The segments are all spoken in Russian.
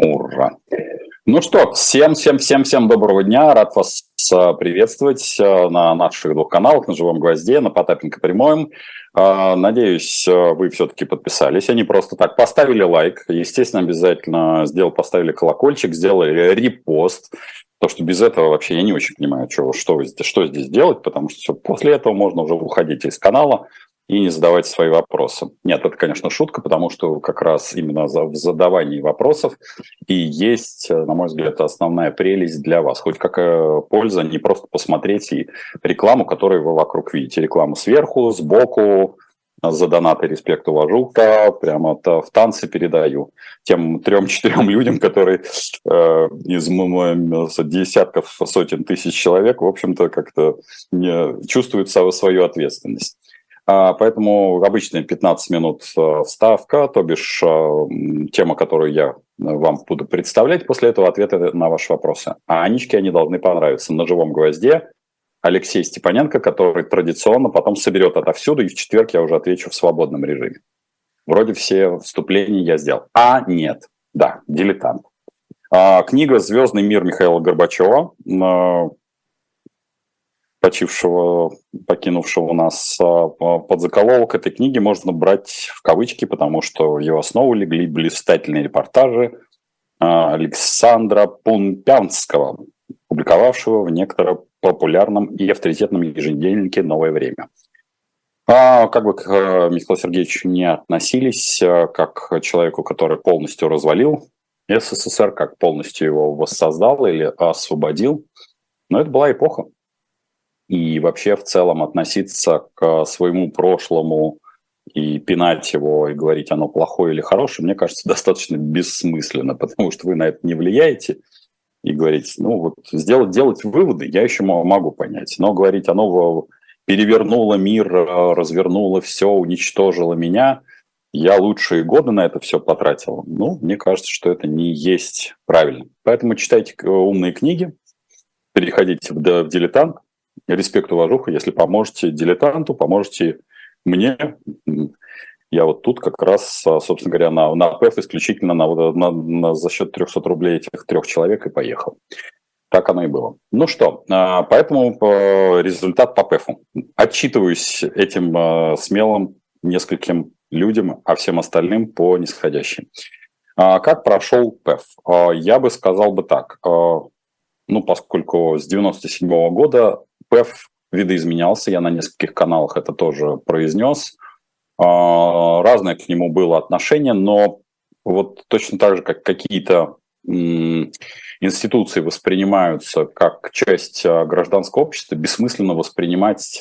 Ура! Ну что, всем доброго дня. Рад вас приветствовать на наших двух каналах, на «Живом гвозде», на Потапенко Прямоем. Надеюсь, вы все-таки подписались, а не просто так. Поставили лайк, естественно, обязательно поставили колокольчик, сделали репост. Потому что без этого вообще я не очень понимаю, что здесь делать, потому что после этого можно уже уходить из канала и не задавать свои вопросы. Нет, это, конечно, шутка, потому что как раз именно в задавании вопросов и есть, на мой взгляд, основная прелесть для вас. Хоть какая польза, не просто посмотреть и рекламу, которую вы вокруг видите. Рекламу сверху, сбоку, за донаты респект уважуха, прямо в танцы передаю тем 3-4 людям, которые из десятков, сотен тысяч человек, в общем-то, как-то не чувствуют свою ответственность. Поэтому обычные 15 минут вставка, то бишь тема, которую я вам буду представлять, после этого ответы на ваши вопросы. А Анечке они должны понравиться. На «Живом гвозде» Алексей Степаненко, который традиционно потом соберет отовсюду, и в четверг я уже отвечу в свободном режиме. Вроде все вступления я сделал. А нет, да, дилетант. Книга «Звездный мир» Михаила Горбачева, покинувшего нас. Под заголовок этой книги можно брать в кавычки, потому что в ее основу легли блистательные репортажи Александра Пунпянского, публиковавшего в некотором популярном и авторитетном еженедельнике «Новое время». Как бы к Михаилу Сергеевичу не относились, как к человеку, который полностью развалил СССР, как полностью его воссоздал или освободил, но это была эпоха. И вообще в целом относиться к своему прошлому и пинать его, и говорить, оно плохое или хорошее, мне кажется, достаточно бессмысленно, потому что вы на это не влияете. И говорить, делать выводы я еще могу понять. Но говорить, оно перевернуло мир, развернуло все, уничтожило меня, я лучшие годы на это все потратил. Мне кажется, что это не есть правильно. Поэтому читайте умные книги, переходите в «Дилетант». Респект, уважуха, если поможете дилетанту, поможете мне. Я вот тут как раз, собственно говоря, на ПЭФ исключительно за счет 300 рублей этих 3 человек и поехал. Так оно и было. Ну что, поэтому результат по ПЭФу. Отчитываюсь этим смелым нескольким людям, а всем остальным по нисходящей. Как прошел ПЭФ? Я бы сказал так. Поскольку с 97 года ПЭФ видоизменялся, я на нескольких каналах это тоже произнес. Разное к нему было отношение, но вот точно так же, как какие-то институции воспринимаются как часть гражданского общества, бессмысленно воспринимать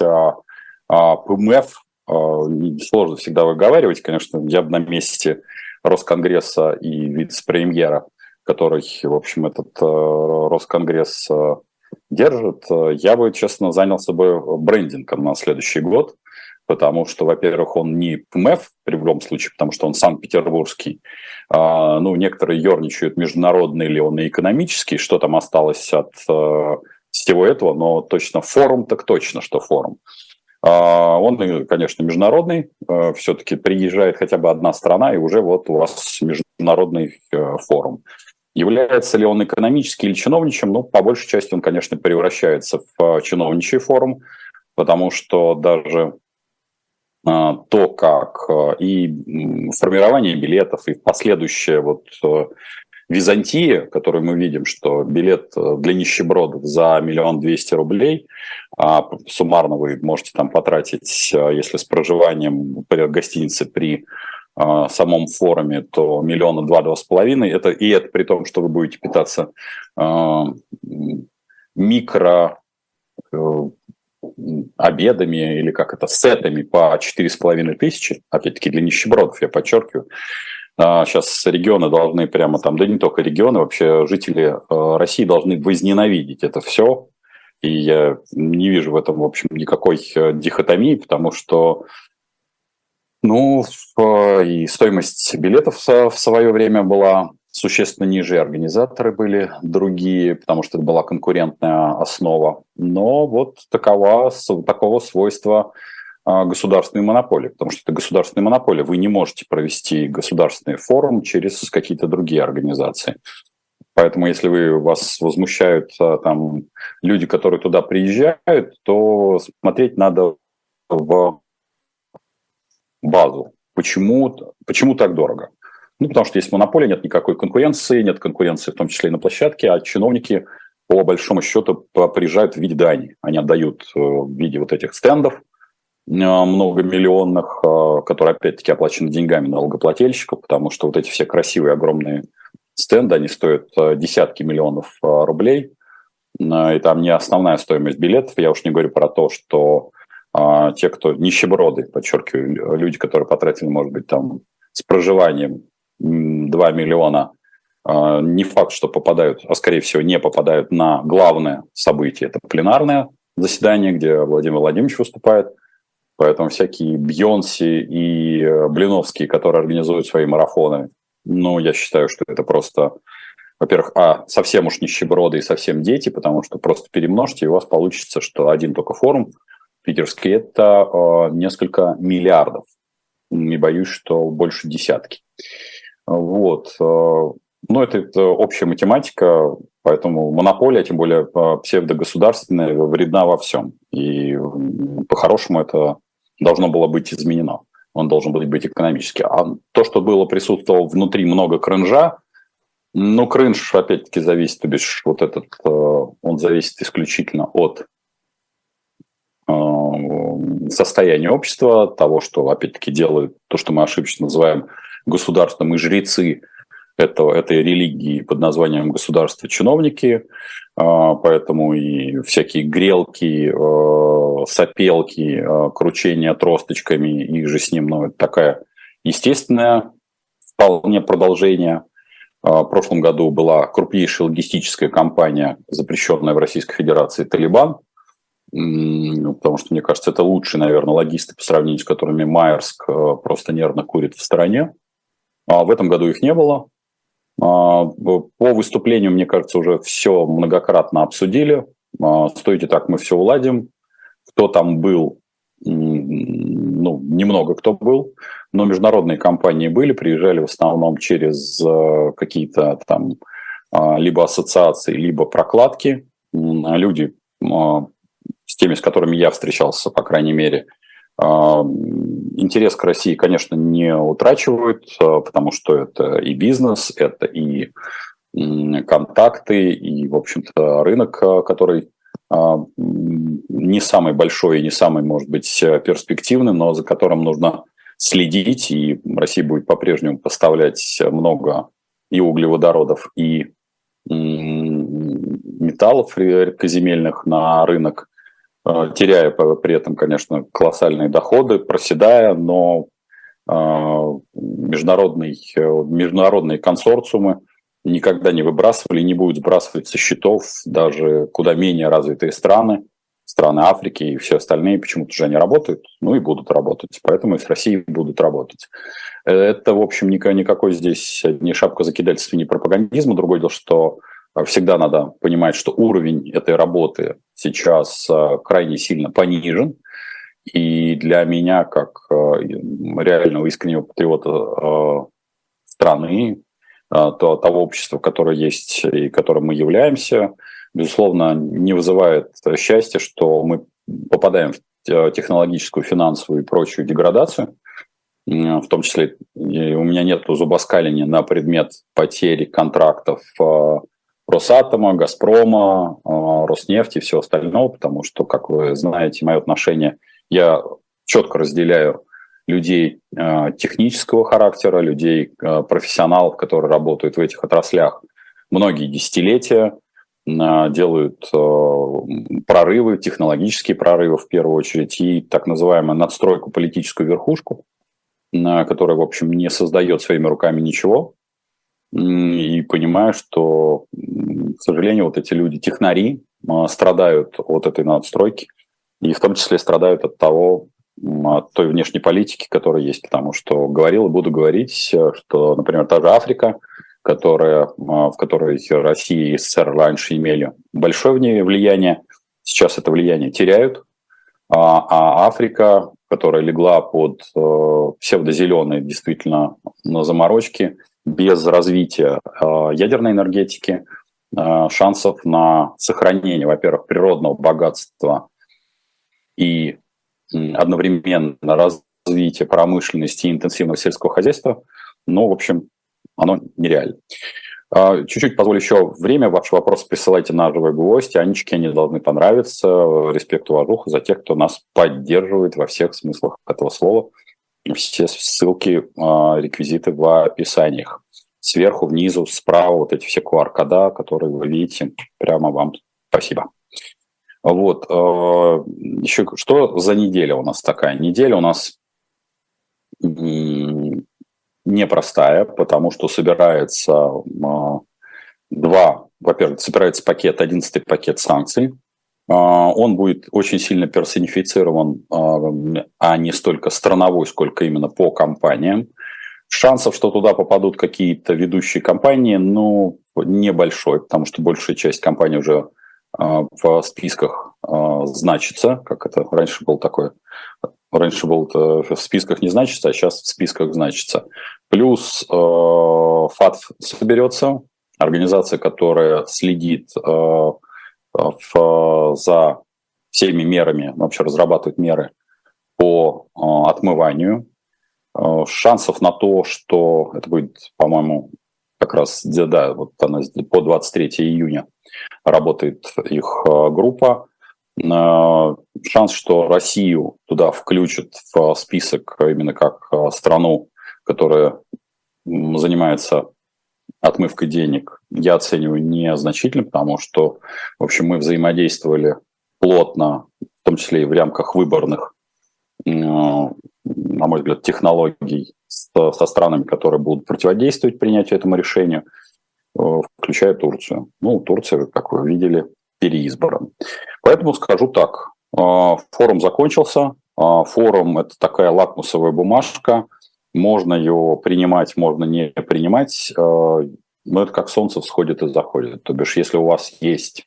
ПМФ, сложно всегда выговаривать, конечно, я бы на месте Росконгресса и вице-премьера, который, в общем, этот Росконгресс держит, я бы, честно, занялся бы брендингом на следующий год, потому что, во-первых, он не ПМФ при любом случае, потому что он санкт-петербургский. Некоторые ерничают, международный ли он и экономический, что там осталось от всего этого, но точно форум, так точно, что форум. Он, конечно, международный, все-таки приезжает хотя бы одна страна, и уже вот у вас международный форум. Является ли он экономическим или чиновничьим? по большей части он, конечно, превращается в чиновничий форум, потому что даже то, как и формирование билетов, и последующая византия, которую мы видим, что билет для нищебродов за 1 200 000 рублей, суммарно вы можете там потратить, если с проживанием, например, гостиницы при самом форуме, то 1 2 миллиона, 2,5 миллиона. Это при том, что вы будете питаться обедами или сетами по 4500, опять-таки для нищебродов, я подчеркиваю. Сейчас регионы должны прямо там, да не только регионы, вообще жители России должны возненавидеть это все. И я не вижу в этом, в общем, никакой дихотомии, потому что и стоимость билетов в свое время была существенно ниже, организаторы были другие, потому что это была конкурентная основа. Но такого свойства государственные монополии, потому что это государственная монополия. Вы не можете провести государственный форум через какие-то другие организации. Поэтому если вас возмущают там люди, которые туда приезжают, то смотреть надо в базу. Почему так дорого? Ну, потому что есть монополия, нет никакой конкуренции, нет конкуренции в том числе и на площадке, а чиновники, по большому счету, приезжают в виде дани. Они отдают в виде вот этих стендов многомиллионных, которые, опять-таки, оплачены деньгами налогоплательщиков, потому что вот эти все красивые, огромные стенды, они стоят десятки миллионов рублей, и там не основная стоимость билетов, я уж не говорю про то, что те, кто нищеброды, подчеркиваю, люди, которые потратили, может быть, там с проживанием 2 миллиона, не факт, что попадают, а скорее всего не попадают на главное событие, это пленарное заседание, где Владимир Владимирович выступает, поэтому всякие Бьонси и Блиновские, которые организуют свои марафоны, ну, я считаю, что это просто, во-первых, совсем уж нищеброды и совсем дети, потому что просто перемножьте, и у вас получится, что один только форум питерский – это несколько миллиардов. Не боюсь, что больше десятки. Вот. Но это общая математика, поэтому монополия, тем более псевдогосударственная, вредна во всем. И по-хорошему это должно было быть изменено. Он должен был быть экономически. А то, что присутствовало внутри много кринжа, ну, кринж, опять-таки, зависит, то бишь, вот этот, он зависит исключительно от состояния общества, того, что, опять-таки, делают то, что мы ошибочно называем государством, и жрецы этой религии под названием государство чиновники, поэтому и всякие грелки, сопелки, кручения тросточками, их же с ним, ну, это такая естественная вполне продолжение. В прошлом году была крупнейшая логистическая компания, запрещенная в Российской Федерации, «Талибан», потому что, мне кажется, это лучшие, наверное, логисты, по сравнению с которыми Майерск просто нервно курит в стороне. В этом году их не было. По выступлению, мне кажется, уже все многократно обсудили. Стойте так, мы все уладим. Кто там был, ну, немного кто был, но международные компании были, приезжали в основном через какие-то там либо ассоциации, либо прокладки. Люди, с теми, с которыми я встречался, по крайней мере, интерес к России, конечно, не утрачивают, потому что это и бизнес, это и контакты, и, в общем-то, рынок, который не самый большой и не самый, может быть, перспективный, но за которым нужно следить, и Россия будет по-прежнему поставлять много и углеводородов, и металлов редкоземельных на рынок, теряя при этом, конечно, колоссальные доходы, проседая, но международные консорциумы никогда не выбрасывали, не будут сбрасывать со счетов даже куда менее развитые страны Африки и все остальные, почему-то же они работают, ну и будут работать, поэтому и с Россией будут работать. Это, в общем, никакой здесь ни шапкозакидательства, ни пропагандизма. Другое дело, что всегда надо понимать, что уровень этой работы сейчас крайне сильно понижен. И для меня, как реального искреннего патриота страны, того общества, которое есть и которым мы являемся, безусловно, не вызывает счастья, что мы попадаем в технологическую, финансовую и прочую деградацию. В том числе у меня нет зубоскаления на предмет потери контрактов Росатома, Газпрома, Роснефти и всего остального, потому что, как вы знаете, мое отношение, я четко разделяю людей технического характера, людей, профессионалов, которые работают в этих отраслях многие десятилетия, делают прорывы, технологические прорывы в первую очередь, и так называемую надстройку политическую верхушку, которая, в общем, не создает своими руками ничего. И понимаю, что, к сожалению, вот эти люди, технари, страдают от этой надстройки, и в том числе страдают от той внешней политики, которая есть, потому что говорил и буду говорить, что, например, та же Африка, в которой Россия и СССР раньше имели большое в ней влияние, сейчас это влияние теряют, а Африка которая легла под псевдозеленые действительно на заморочки, без развития ядерной энергетики, шансов на сохранение, во-первых, природного богатства и одновременно развитие промышленности и интенсивного сельского хозяйства, ну, в общем, оно нереально. Чуть-чуть позволю еще время. Ваши вопросы присылайте на «Живой гвоздь». Анечке они должны понравиться. Респект, уважуха за тех, кто нас поддерживает во всех смыслах этого слова. Все ссылки, реквизиты в описаниях. Сверху, внизу, справа вот эти все QR-кода, которые вы видите. Прямо вам спасибо. Вот. Еще что за неделя у нас такая? Неделя у нас непростая, потому что собирается во-первых, собирается пакет, 11-й пакет санкций. Он будет очень сильно персонифицирован, а не столько страновой, сколько именно по компаниям. Шансов, что туда попадут какие-то ведущие компании, ну, небольшой, потому что большая часть компаний уже в списках значится, как это раньше было такое. Раньше был в списках не значится, а сейчас в списках значится. Плюс ФАТФ соберется, организация, которая следит за всеми мерами, вообще разрабатывает меры по отмыванию. Шансов на то, что это будет, по-моему, как раз, да, вот она по 23 июня работает их группа. Шанс, что Россию туда включат в список именно как страну, которая занимается отмывкой денег, я оцениваю незначительно, потому что, в общем, мы взаимодействовали плотно, в том числе и в рамках выборных, на мой взгляд, технологий со странами, которые будут противодействовать принятию этому решению, включая Турцию. Ну, Турция, как вы видели, переизбран. Поэтому скажу так. Форум закончился. Форум – это такая лакмусовая бумажка. Можно ее принимать, можно не принимать. Но это как солнце всходит и заходит. То бишь, если у вас есть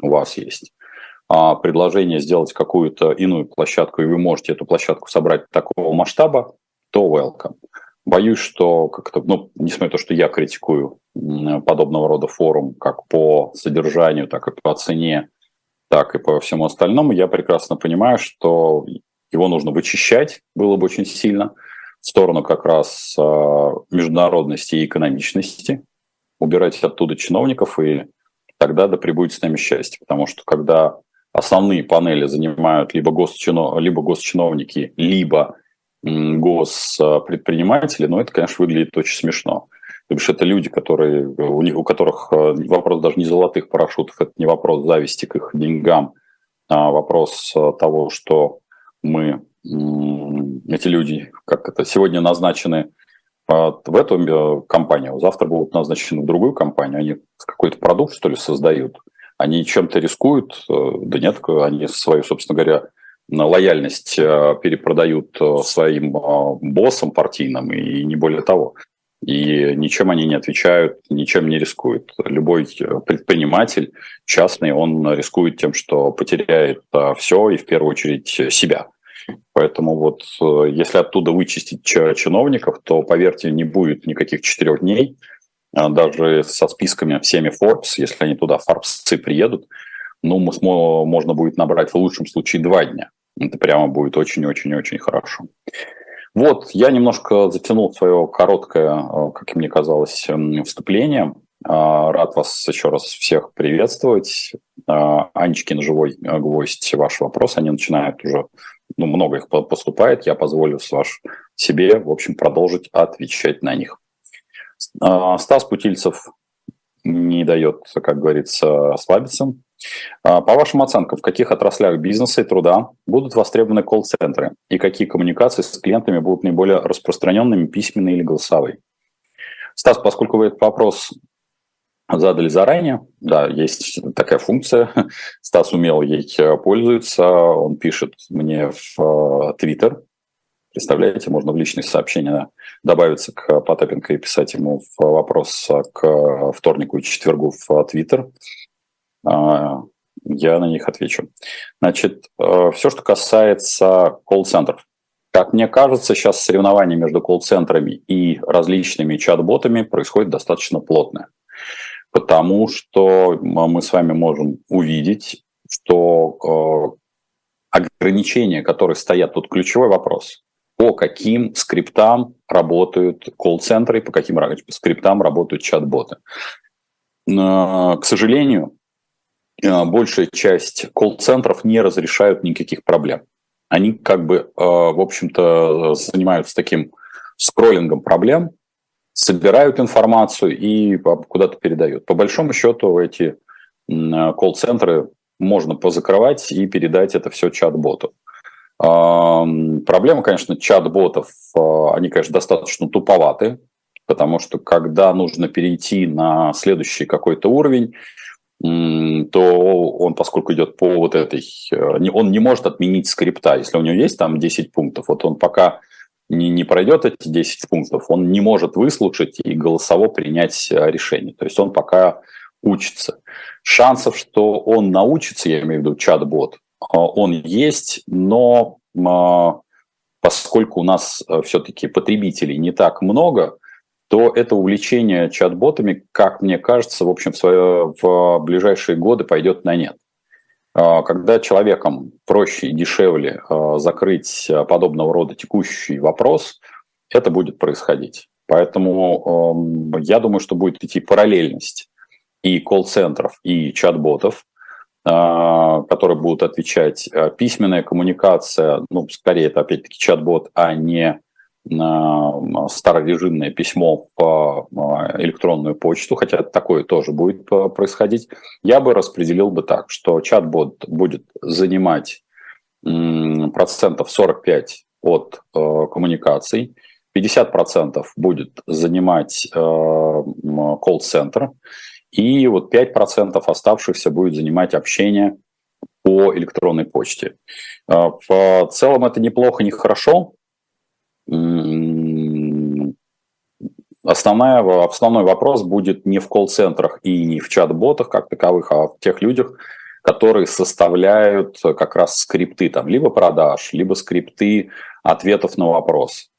предложение сделать какую-то иную площадку, и вы можете эту площадку собрать такого масштаба, то welcome. Боюсь, что как-то, несмотря на то, что я критикую подобного рода форум как по содержанию, так и по цене, так и по всему остальному, я прекрасно понимаю, что его нужно вычищать, было бы очень сильно, в сторону как раз международности и экономичности, убирать оттуда чиновников, и тогда да пребудет с нами счастье. Потому что когда основные панели занимают либо госчиновники, либо госпредприниматели, это, конечно, выглядит очень смешно. То есть это люди, у которых вопрос даже не золотых парашютов, это не вопрос зависти к их деньгам, а вопрос того, что эти люди, сегодня назначены в эту компанию, завтра будут назначены в другую компанию, они какой-то продукт, что ли, создают, они чем-то рискуют, да нет, они свою, собственно говоря, лояльность перепродают своим боссам партийным, и не более того. И ничем они не отвечают, ничем не рискуют. Любой предприниматель частный, он рискует тем, что потеряет все и в первую очередь себя. Поэтому если оттуда вычистить чиновников, то, поверьте, не будет никаких 4 дней, даже со списками всеми Forbes, если они туда, Forbes приедут, можно будет набрать в лучшем случае 2 дня. Это прямо будет очень-очень-очень хорошо. Я немножко затянул свое короткое, как мне казалось, вступление. Рад вас еще раз всех приветствовать. Анечкин «Живой гвоздь», ваши вопросы, они начинают уже, много их поступает. Я позволю себе, в общем, продолжить отвечать на них. Стас Путильцев не дает, как говорится, расслабиться. По вашим оценкам, в каких отраслях бизнеса и труда будут востребованы колл-центры и какие коммуникации с клиентами будут наиболее распространенными, письменные или голосовые? Стас, поскольку вы этот вопрос задали заранее, да, есть такая функция, Стас умело ей пользуется, он пишет мне в Твиттер, представляете, можно в личные сообщения добавиться к Потапенко и писать ему вопрос к вторнику и четвергу в Твиттер. Я на них отвечу. Значит, все, что касается колл-центров. Как мне кажется, сейчас соревнование между колл-центрами и различными чат-ботами происходит достаточно плотное. Потому что мы с вами можем увидеть, что ограничения, которые стоят, тут ключевой вопрос. По каким скриптам работают колл-центры, по каким скриптам работают чат-боты. К сожалению, большая часть колл-центров не разрешают никаких проблем. Они как бы, в общем-то, занимаются таким скроллингом проблем, собирают информацию и куда-то передают. По большому счету эти колл-центры можно позакрывать и передать это все чат-боту. Проблема, конечно, чат-ботов, они, конечно, достаточно туповаты, потому что когда нужно перейти на следующий какой-то уровень, то он, поскольку идет по вот этой... Он не может отменить скрипта. Если у него есть там 10 пунктов, вот он пока не пройдет эти 10 пунктов, он не может выслушать и голосово принять решение. То есть он пока учится. Шансов, что он научится, я имею в виду чат-бот, он есть, но поскольку у нас все-таки потребителей не так много, то это увлечение чат-ботами, как мне кажется, в общем, в ближайшие годы пойдет на нет. Когда человеком проще и дешевле закрыть подобного рода текущий вопрос, это будет происходить. Поэтому я думаю, что будет идти параллельность и колл-центров, и чат-ботов, которые будут отвечать. Письменная коммуникация, скорее это опять-таки чат-бот, а не старорежимное письмо по электронную почту, хотя такое тоже будет происходить, я бы распределил бы так, что чат-бот будет занимать 45% от коммуникаций, 50% будет занимать колл-центр, и вот 5% оставшихся будет занимать общение по электронной почте. В целом это неплохо, не хорошо. Основной вопрос будет не в колл-центрах и не в чат-ботах как таковых, а в тех людях, которые составляют как раз скрипты, там, либо продаж, либо скрипты ответов на вопрос.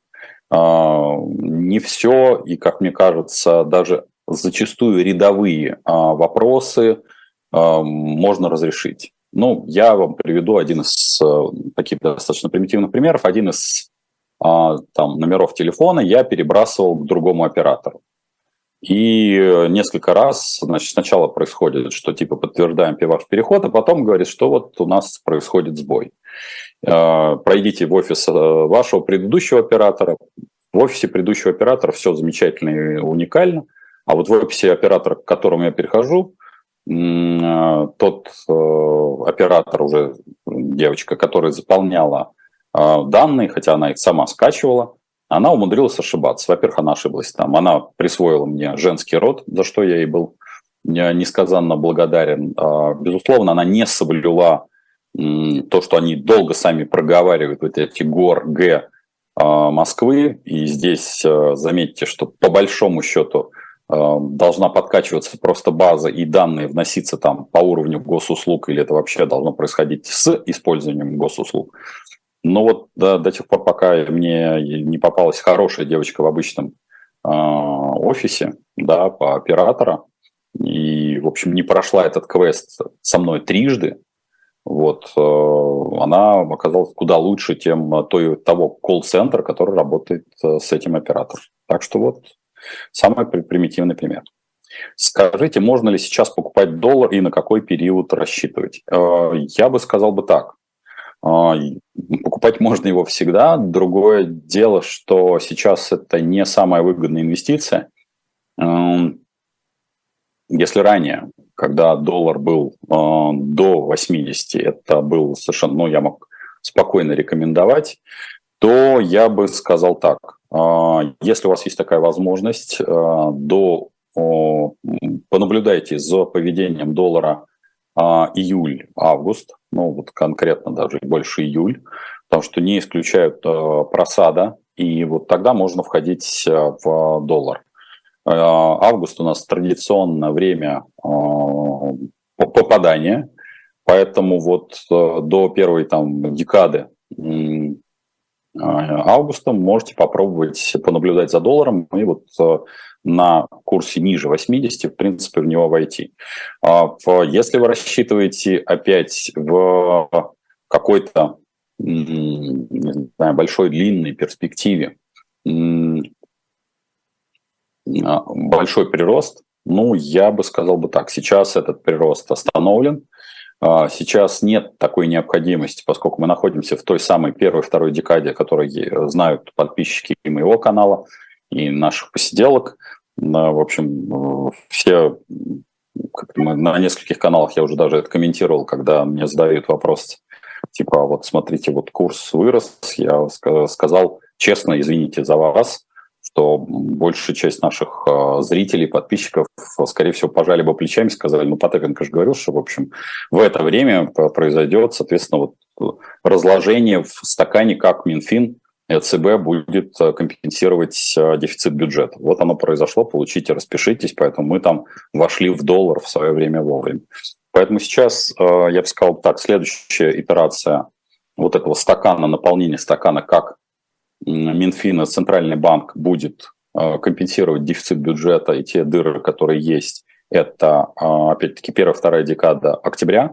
Не все, и, как мне кажется, даже зачастую рядовые вопросы можно разрешить. Я вам приведу один из таких достаточно примитивных примеров. Один из номеров телефона я перебрасывал к другому оператору. И несколько раз, сначала происходит, что типа подтверждаем ваш переход, а потом говорит, что вот у нас происходит сбой. Пройдите в офис вашего предыдущего оператора. В офисе предыдущего оператора все замечательно и уникально, а вот в офисе оператора, к которому я перехожу, тот оператор, уже девочка, которая заполняла данные, хотя она их сама скачивала, она умудрилась ошибаться. Во-первых, она ошиблась там. Она присвоила мне женский род, за что я ей был несказанно благодарен. Безусловно, она не соблюла то, что они долго сами проговаривают, вот эти ГОР-Г Москвы. И здесь заметьте, что по большому счету должна подкачиваться просто база и данные вноситься там по уровню госуслуг, или это вообще должно происходить с использованием госуслуг. Но вот до тех пор, пока мне не попалась хорошая девочка в обычном офисе, да, по оператора, и, в общем, не прошла этот квест со мной трижды, вот, она оказалась куда лучше, того колл-центра, который работает с этим оператором. Так что вот самый примитивный пример. Скажите, можно ли сейчас покупать доллар и на какой период рассчитывать? Я бы сказал бы так. Покупать можно его всегда. Другое дело, что сейчас это не самая выгодная инвестиция. Если ранее, когда доллар был до 80, это был совершенно, я мог спокойно рекомендовать, то я бы сказал так. Если у вас есть такая возможность, понаблюдайте за поведением доллара июль-август, вот конкретно даже больше июль, потому что не исключают просада, и вот тогда можно входить в доллар. Август у нас традиционно время попадания, поэтому вот до первой декады августа можете попробовать понаблюдать за долларом и вот на курсе ниже 80, в принципе, в него войти. Если вы рассчитываете опять в какой-то, не знаю, большой длинной перспективе большой прирост, ну, я бы сказал бы так, сейчас этот прирост остановлен, сейчас нет такой необходимости, поскольку мы находимся в той самой первой-второй декаде, которые знают подписчики и моего канала, и наших посиделок. В общем, все, мы на нескольких каналах, я уже даже это комментировал, когда мне задают вопрос, типа, вот смотрите, вот курс вырос, я сказал честно, извините за вас, что большая часть наших зрителей, подписчиков, скорее всего, пожали бы плечами, сказали, ну, Потапенко же говорил, что, в общем, в это время произойдет, соответственно, вот разложение в стакане, как Минфин, ЦБ будет компенсировать дефицит бюджета. Вот оно произошло, получите, распишитесь, поэтому мы там вошли в доллар в свое время вовремя. Поэтому сейчас, я бы сказал так, следующая итерация вот этого стакана, наполнения стакана, как Минфин и Центральный банк будет компенсировать дефицит бюджета и те дыры, которые есть, это, опять-таки, первая-вторая декада октября.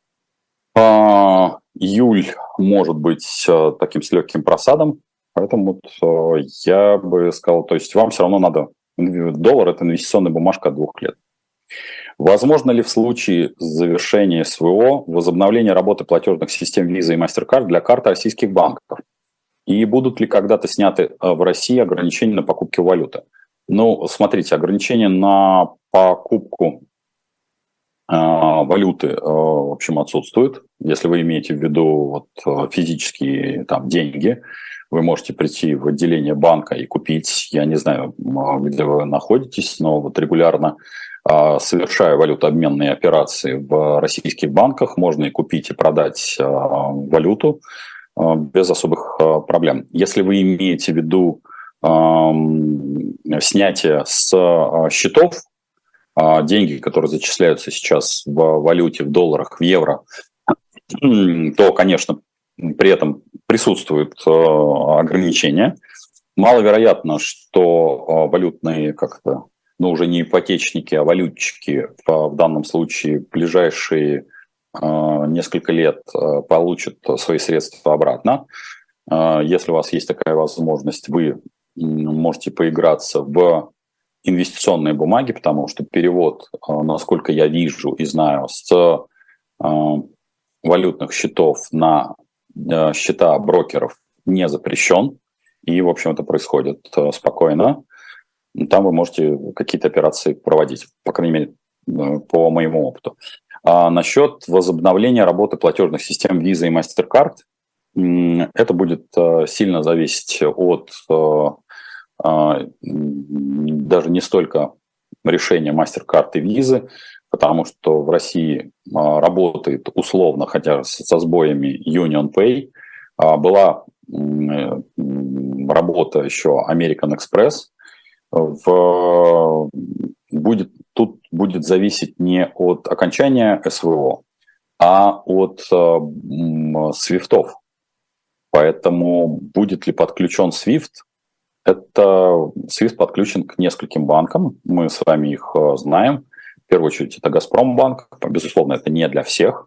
Июль может быть таким с легким просадом, поэтому я бы сказал, то есть вам все равно надо, доллар – это инвестиционная бумажка от 2 лет. Возможно ли в случае завершения СВО возобновление работы платежных систем Visa и MasterCard для карт российских банков? И будут ли когда-то сняты в России ограничения на покупки валюты? Ну, смотрите, ограничения на покупку валюты, в общем, отсутствуют. Если вы имеете в виду вот, физические там, деньги, вы можете прийти в отделение банка и купить, я не знаю, где вы находитесь, но вот регулярно совершая валютообменные операции в российских банках, можно и купить, и продать валюту без особых проблем. Если вы имеете в виду снятие с счетов, деньги, которые зачисляются сейчас в валюте, в долларах, в евро, то, конечно, при этом присутствуют ограничения. Маловероятно, что валютные как-то, ну, уже не ипотечники, а валютчики в данном случае в ближайшие несколько лет получат свои средства обратно. Если у вас есть такая возможность, вы можете поиграться в инвестиционные бумаги, потому что перевод, насколько я вижу и знаю, с валютных счетов на счета брокеров не запрещен. И, в общем, это происходит спокойно. Там вы можете какие-то операции проводить, по крайней мере, по моему опыту. А насчет возобновления работы платежных систем Visa и MasterCard, это будет сильно зависеть от даже не столько решения MasterCard и Visa, потому что в России работает условно, хотя со сбоями, UnionPay. Была работа еще American Express. Тут будет зависеть не от окончания СВО, а от свифтов. Поэтому будет ли подключен SWIFT? Это SWIFT подключен к нескольким банкам. Мы с вами их знаем. В первую очередь это Газпромбанк. Безусловно, это не для всех.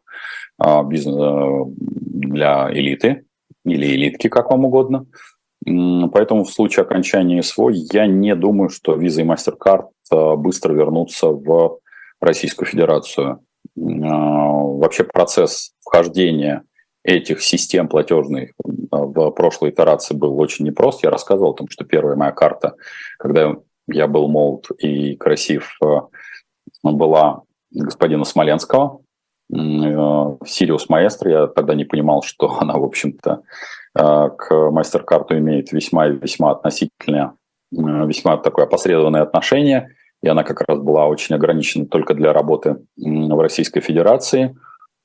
Для элиты или элитки, как вам угодно. Поэтому в случае окончания СВО я не думаю, что Visa и MasterCard быстро вернутся в Российскую Федерацию. Вообще процесс вхождения этих систем платежных в прошлой итерации был очень непрост. Я рассказывал о том, что первая моя карта, когда я был молод и красив, была господина Смоленского, Сириус Маэстро. Я тогда не понимал, что она, в общем-то, к MasterCard имеет весьма и весьма относительно, весьма такое опосредованное отношение. И она как раз была очень ограничена только для работы в Российской Федерации.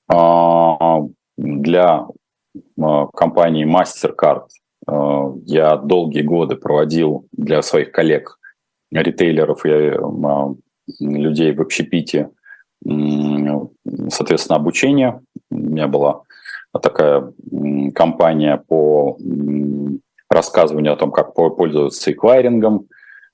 Для компании MasterCard я долгие годы проводил для своих коллег, ритейлеров и людей в общепите, соответственно, обучение. У меня была такая компания по рассказыванию о том, как пользоваться эквайрингом,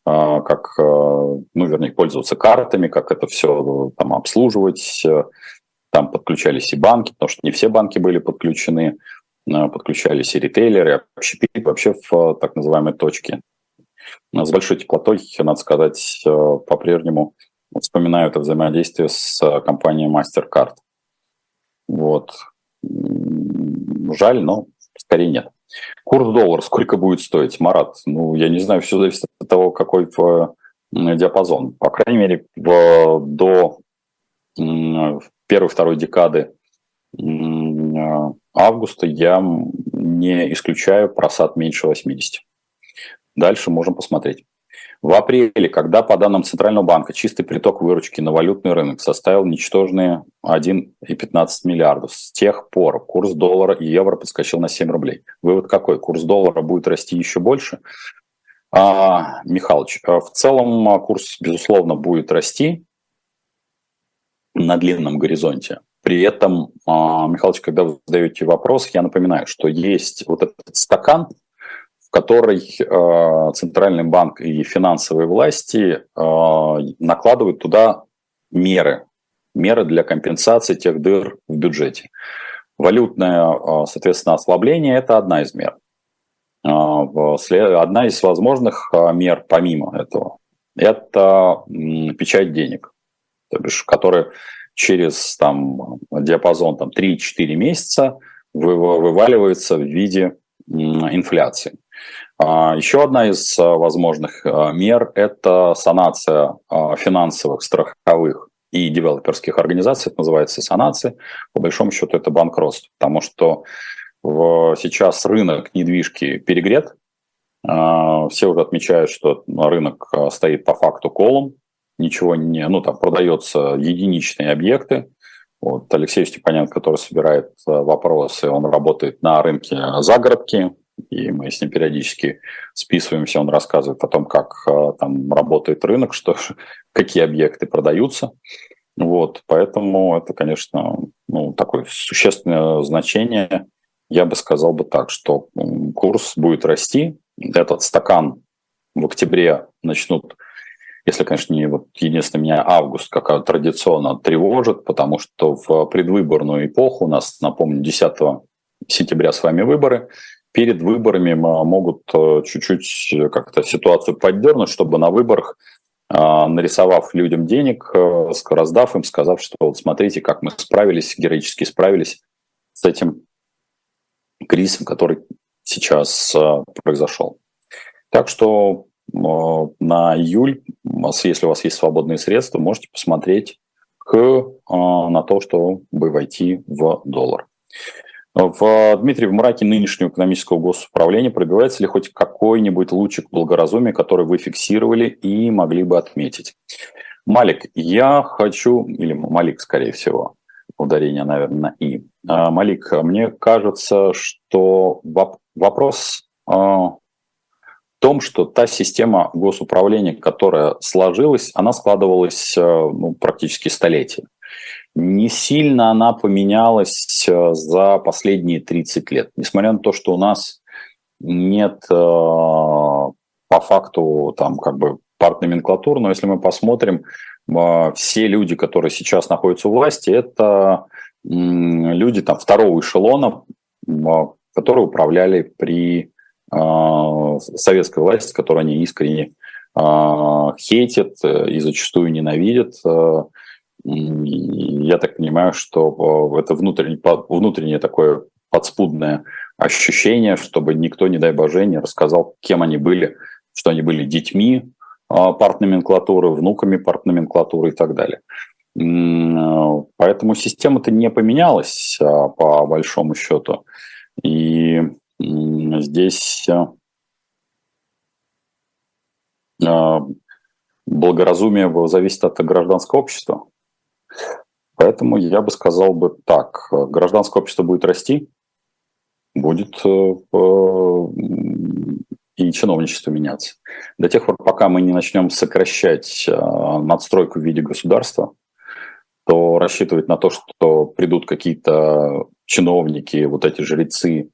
вернее, пользоваться картами, как это все там обслуживать. Там подключались и банки, потому что не все банки были подключены, подключались и ритейлеры, общепит вообще в так называемой точке. С большой теплотой, надо сказать, по-прежнему вспоминаю это взаимодействие с компанией MasterCard. Вот. Жаль, но скорее нет. Курс доллара сколько будет стоить, Марат? Я не знаю, все зависит от того, какой диапазон. По крайней мере, до первой-второй декады августа я не исключаю просад меньше 80. Дальше можем посмотреть. В апреле, когда по данным Центрального банка чистый приток выручки на валютный рынок составил ничтожные 1,15 миллиардов, с тех пор курс доллара и евро подскочил на 7 рублей. Вывод какой? Курс доллара будет расти еще больше? Михалыч, в целом курс, безусловно, будет расти на длинном горизонте. При этом, Михалыч, когда вы задаете вопрос, я напоминаю, что есть вот этот стакан, в который Центральный банк и финансовые власти накладывают туда меры для компенсации тех дыр в бюджете. Валютное, соответственно, ослабление – это одна из мер. Одна из возможных мер помимо этого – это печать денег, то бишь, которая через диапазон 3-4 месяца вываливается в виде инфляции. Еще одна из возможных мер – это санация финансовых, страховых и девелоперских организаций. Это называется санация. По большому счету это банкротство, потому что сейчас рынок недвижки перегрет. Все уже отмечают, что рынок стоит по факту колом. Ничего не… продаются единичные объекты. Вот Алексей Степанян, который собирает вопросы, он работает на рынке загородки, и мы с ним периодически списываемся, он рассказывает о том, как там работает рынок, какие объекты продаются. Вот, поэтому это, конечно, такое существенное значение. Я бы сказал так, что курс будет расти. Этот стакан в октябре начнут, если, конечно, не единственное, меня август, как традиционно, тревожит, потому что в предвыборную эпоху, у нас, напомню, 10 сентября с вами выборы, перед выборами могут чуть-чуть как-то ситуацию поддернуть, чтобы на выборах, нарисовав людям денег, раздав им, сказав, что вот смотрите, как мы героически справились с этим кризисом, который сейчас произошел. Так что на июль, если у вас есть свободные средства, можете посмотреть на то, чтобы войти в доллар. Дмитрий, в мраке нынешнего экономического госуправления пробивается ли хоть какой-нибудь лучик благоразумия, который вы фиксировали и могли бы отметить? Малик, я хочу, или Малик, скорее всего, ударение, наверное, на «и». Малик, мне кажется, что вопрос в том, что та система госуправления, которая сложилась, она складывалась практически столетия. Не сильно она поменялась за последние 30 лет. Несмотря на то, что у нас нет по факту партноменклатур, но если мы посмотрим, все люди, которые сейчас находятся у власти, это люди второго эшелона, которые управляли при советской власти, которую они искренне хейтят и зачастую ненавидят. Я так понимаю, что это внутреннее такое подспудное ощущение, чтобы никто, не дай боже, не рассказал, кем они были, что они были детьми партноменклатуры, внуками партноменклатуры и так далее. Поэтому система-то не поменялась по большому счету. И здесь благоразумие зависит от гражданского общества. Поэтому я бы сказал так. Гражданское общество будет расти, будет и чиновничество меняться. До тех пор, пока мы не начнем сокращать надстройку в виде государства, то рассчитывать на то, что придут какие-то чиновники, вот эти жрецы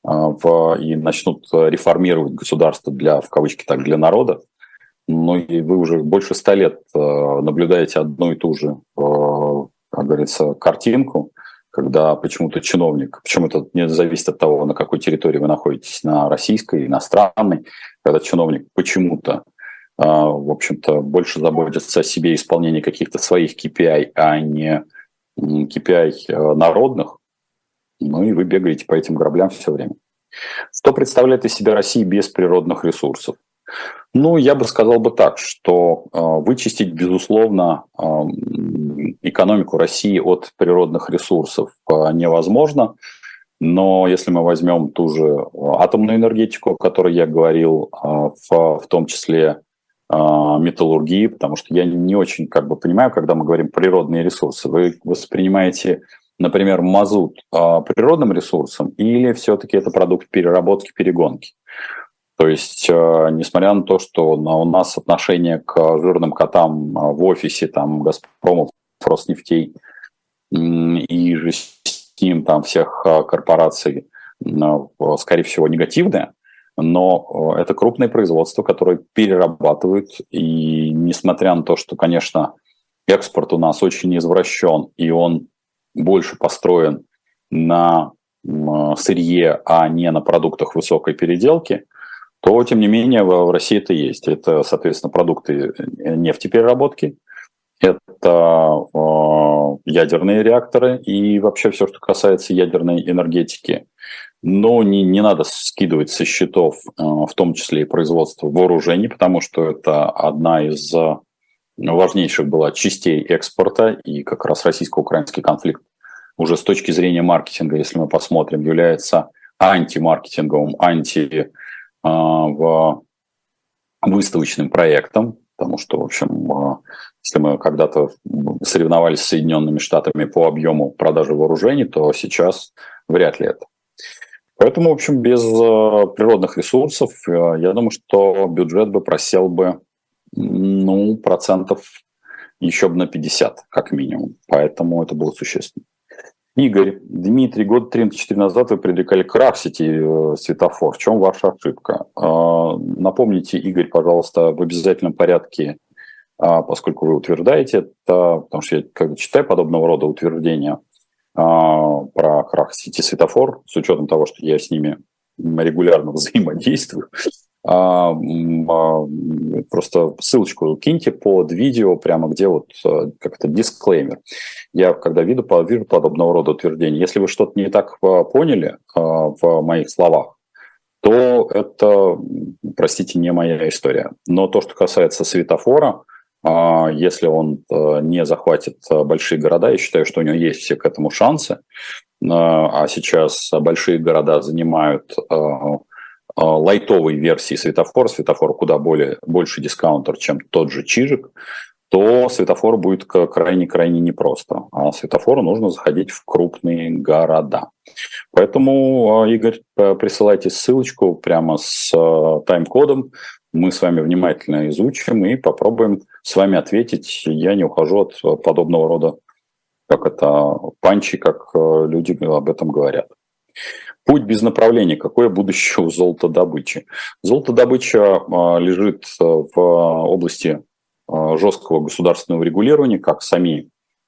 и начнут реформировать государство в кавычки так, для народа. Но и вы уже больше 100 лет наблюдаете одну и ту же, как говорится, картинку, когда почему-то чиновник, причем это не зависит от того, на какой территории вы находитесь, на российской, иностранной, когда чиновник почему-то, в общем-то, больше заботится о себе и исполнении каких-то своих KPI, а не KPI народных, ну и вы бегаете по этим граблям все время. Что представляет из себя Россия без природных ресурсов? Ну, я бы сказал бы так, что вычистить, безусловно, экономику России от природных ресурсов невозможно. Но если мы возьмем ту же атомную энергетику, о которой я говорил, в том числе металлургии, потому что я не очень понимаю, когда мы говорим природные ресурсы, вы воспринимаете, например, мазут природным ресурсом или все-таки это продукт переработки, перегонки? То есть, несмотря на то, что у нас отношение к жирным котам в офисе, там, Газпромов, Роснефтей и же с ним там всех корпораций, скорее всего, негативное, но это крупные производства, которые перерабатывают, и несмотря на то, что, конечно, экспорт у нас очень извращен, и он больше построен на сырье, а не на продуктах высокой переделки, то, тем не менее, в России это есть. Это, соответственно, продукты нефтепереработки, это ядерные реакторы и вообще все, что касается ядерной энергетики. Но не надо скидывать со счетов, в том числе и производство вооружений, потому что это одна из важнейших была частей экспорта, и как раз российско-украинский конфликт уже с точки зрения маркетинга, если мы посмотрим, является антимаркетинговым, выставочным проектом, потому что, в общем, если мы когда-то соревновались с Соединенными Штатами по объему продажи вооружений, то сейчас вряд ли это. Поэтому, в общем, без природных ресурсов, я думаю, что бюджет бы просел бы, процентов еще бы на 50, как минимум. Поэтому это было существенно. Игорь, Дмитрий, год 3-4 назад вы предрекали крах сети светофор. В чем ваша ошибка? Напомните, Игорь, пожалуйста, в обязательном порядке, поскольку вы утверждаете это, потому что я когда читаю подобного рода утверждения про крах сети светофор, с учетом того, что я с ними регулярно взаимодействую, просто ссылочку киньте под видео, прямо где как-то дисклеймер. Я когда вижу подобного рода утверждения, если вы что-то не так поняли в моих словах, то это, простите, не моя история. Но то, что касается светофора, если он не захватит большие города, я считаю, что у него есть все к этому шансы, а сейчас большие города занимают лайтовой версии светофора куда больше дискаунтер, чем тот же Чижик, то светофор будет крайне-крайне непросто. А светофору нужно заходить в крупные города. Поэтому, Игорь, присылайте ссылочку прямо с тайм-кодом. Мы с вами внимательно изучим и попробуем с вами ответить. Я не ухожу от подобного рода, панчи, как люди об этом говорят. Путь без направления. Какое будущее у золотодобычи? Золотодобыча лежит в области жесткого государственного регулирования, как сама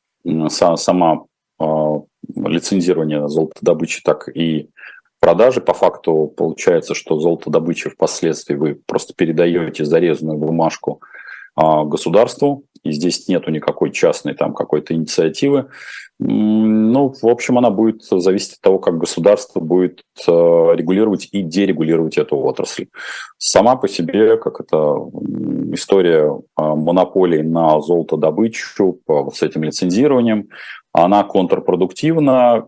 лицензирование золотодобычи, так и продажи. По факту получается, что золотодобыча впоследствии вы просто передаете зарезанную бумажку государству, и здесь нету никакой частной какой-то инициативы. В общем, она будет зависеть от того, как государство будет регулировать и дерегулировать эту отрасль. Сама по себе, история монополии на золотодобычу с этим лицензированием, она контрпродуктивна.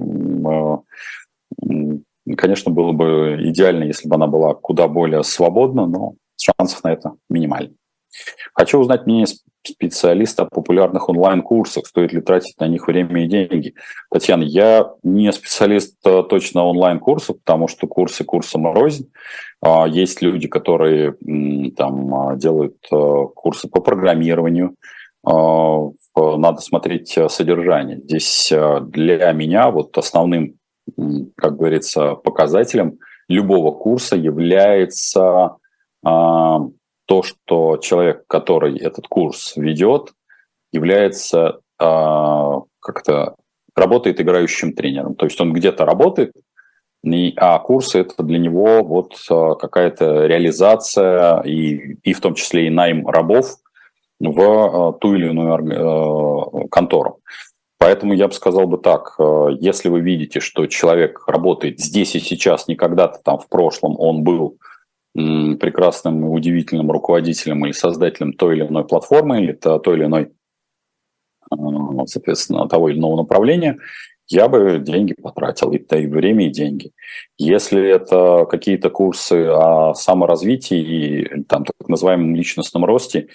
Конечно, было бы идеально, если бы она была куда более свободна, но шансов на это минимально. Хочу узнать мнение специалиста о популярных онлайн-курсах. Стоит ли тратить на них время и деньги? Татьяна, я не специалист точно онлайн-курсов, потому что курсы курсом рознь. Есть люди, которые делают курсы по программированию, надо смотреть содержание. Здесь для меня вот основным, как говорится, показателем любого курса является то, что человек, который этот курс ведет, является как-то работает играющим тренером. То есть он где-то работает, а курсы это для него вот какая-то реализация и в том числе и найм рабов в ту или иную контору. Поэтому я бы сказал бы так, если вы видите, что человек работает здесь и сейчас, не когда-то там в прошлом он был прекрасным и удивительным руководителем или создателем той или иной платформы или той или иной, соответственно, того или иного направления, я бы деньги потратил, и время, и деньги. Если это какие-то курсы о саморазвитии и там, так называемом личностном росте,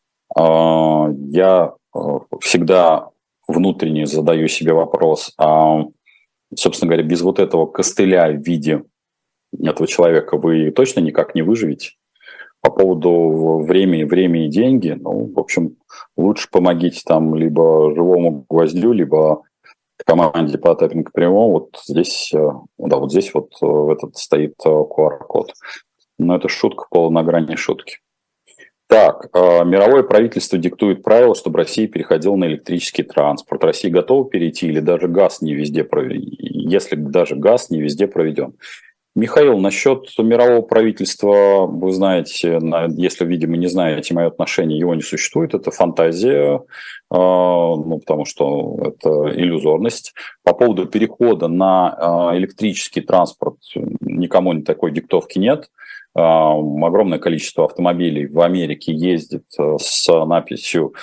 я всегда внутренне задаю себе вопрос, собственно говоря, без вот этого костыля в виде этого человека вы точно никак не выживете. По поводу времени и деньги, в общем, лучше помогите там либо живому гвоздю, либо команде по таппинг прямому. Вот здесь, вот здесь вот этот стоит QR-код. Но это шутка, на грани шутки. Так, мировое правительство диктует правила, чтобы Россия переходила на электрический транспорт. Россия готова перейти или даже газ не везде проведен? Если даже газ не везде проведен. Михаил, насчет мирового правительства, вы знаете, если, видимо, не знаете мои отношения, его не существует, это фантазия, потому что это иллюзорность. По поводу перехода на электрический транспорт никому такой диктовки нет. Огромное количество автомобилей в Америке ездит с надписью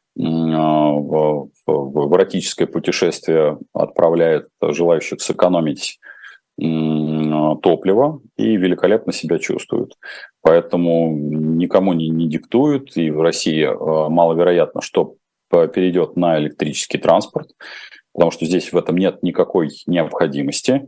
в эротическое путешествие, отправляет желающих сэкономить топливо и великолепно себя чувствуют. Поэтому никому не диктуют, и в России маловероятно, что перейдет на электрический транспорт, потому что здесь в этом нет никакой необходимости.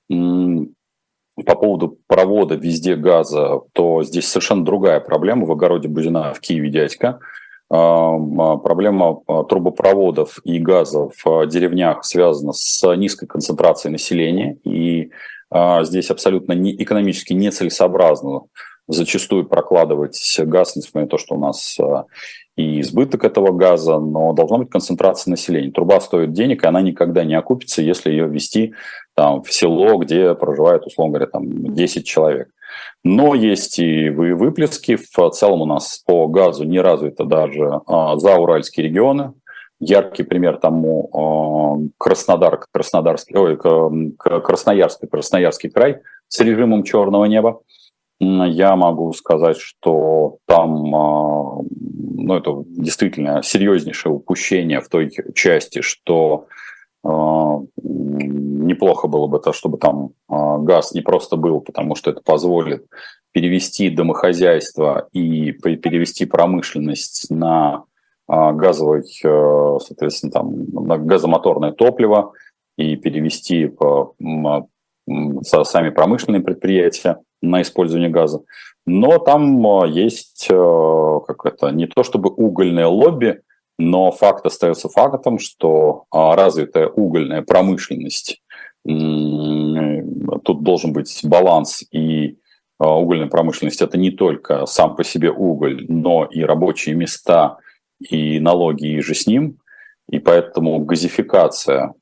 По поводу провода везде газа, то здесь совершенно другая проблема. В огороде Бузина, в Киеве дядька. Проблема трубопроводов и газа в деревнях связана с низкой концентрацией населения, и здесь абсолютно экономически нецелесообразно зачастую прокладывать газ, несмотря на то, что у нас и избыток этого газа, но должна быть концентрация населения. Труба стоит денег, и она никогда не окупится, если ее ввести там, в село, где проживает, условно говоря, там, 10 человек. Но есть и выплески. В целом у нас по газу не развиты даже зауральские регионы. Яркий пример тому Красноярский край с режимом черного неба. Я могу сказать, что там это действительно серьезнейшее упущение в той части, что неплохо было бы то, чтобы там газ не просто был, потому что это позволит перевести домохозяйство и перевести промышленность на газовое, соответственно, там, на газомоторное топливо и перевести сами промышленные предприятия на использование газа. Но там есть не то чтобы угольное лобби, но факт остается фактом, что развитая угольная промышленность, тут должен быть баланс, и угольная промышленность – это не только сам по себе уголь, но и рабочие места, и налоги, и же с ним. И поэтому газификация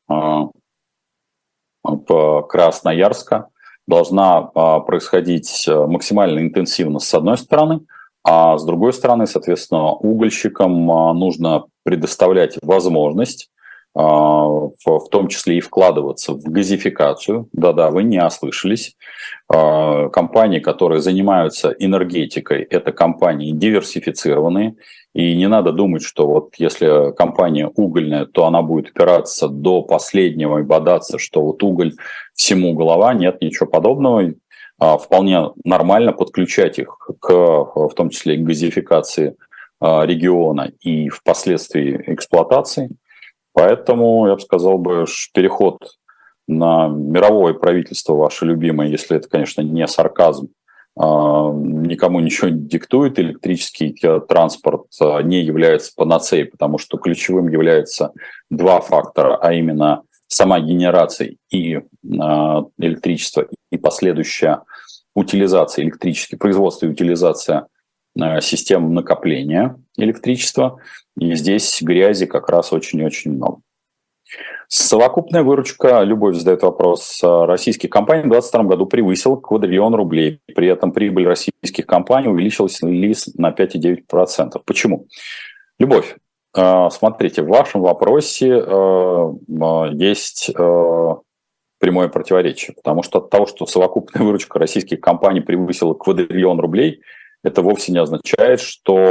Красноярска должна происходить максимально интенсивно с одной стороны, а с другой стороны, соответственно, угольщикам нужно предоставлять возможность, в том числе и вкладываться в газификацию. Да-да, вы не ослышались. Компании, которые занимаются энергетикой, это компании диверсифицированные. И не надо думать, что вот если компания угольная, то она будет опираться до последнего и бодаться, что вот уголь всему голова. Нет, ничего подобного. Вполне нормально подключать их в том числе к газификации региона и впоследствии эксплуатации. Поэтому я бы сказал, переход на мировое правительство, ваше любимое, если это, конечно, не сарказм, никому ничего не диктует, электрический транспорт не является панацеей, потому что ключевым является два фактора, а именно сама генерация и электричество и последующая утилизация электрического, производство и утилизация систем накопления электричества. И здесь грязи как раз очень-очень много. Совокупная выручка, Любовь задает вопрос, российских компаний в 2022 году превысила квадриллион рублей. При этом прибыль российских компаний увеличилась на 5,9%. Почему? Любовь, смотрите, в вашем вопросе есть прямое противоречие, потому что от того, что совокупная выручка российских компаний превысила квадриллион рублей, это вовсе не означает,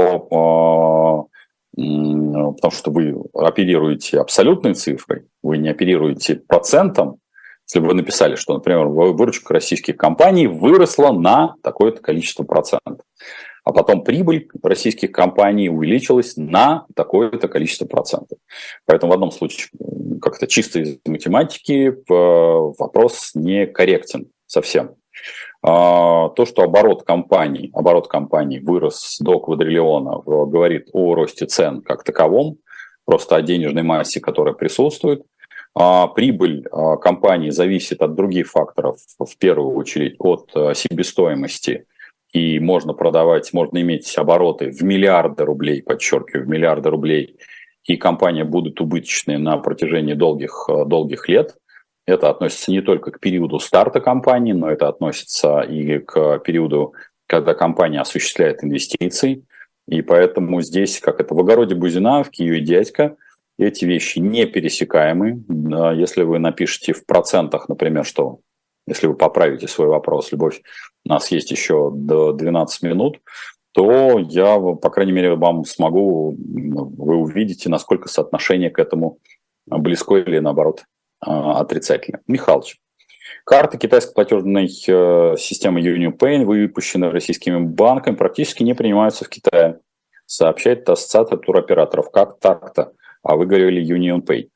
что... потому что вы оперируете абсолютной цифрой, вы не оперируете процентом. Если бы вы написали, что, например, выручка российских компаний выросла на такое-то количество процентов, а потом прибыль российских компаний увеличилась на такое-то количество процентов. Поэтому в одном случае, как-то чисто из математики, вопрос некорректен совсем. То, что оборот компаний вырос до квадриллиона, говорит о росте цен как таковом, просто о денежной массе, которая присутствует. Прибыль компании зависит от других факторов, в первую очередь от себестоимости, и можно иметь обороты в миллиарды рублей, подчеркиваю, в миллиарды рублей, и компания будет убыточной на протяжении долгих лет. Это относится не только к периоду старта компании, но это относится и к периоду, когда компания осуществляет инвестиции. И поэтому здесь, как это в огороде бузина, в Киеве дядька, эти вещи не пересекаемы. Если вы напишите в процентах, например, что, если вы поправите свой вопрос, Любовь, у нас есть еще до 12 минут, то я, по крайней мере, вам смогу, вы увидите, насколько соотношение к этому близко или наоборот отрицательно. Михалыч. Карты китайской платежной системы UnionPay, выпущенные российскими банками, практически не принимаются в Китае, сообщает Ассоциация туроператоров. Как так-то? А вы говорили UnionPay.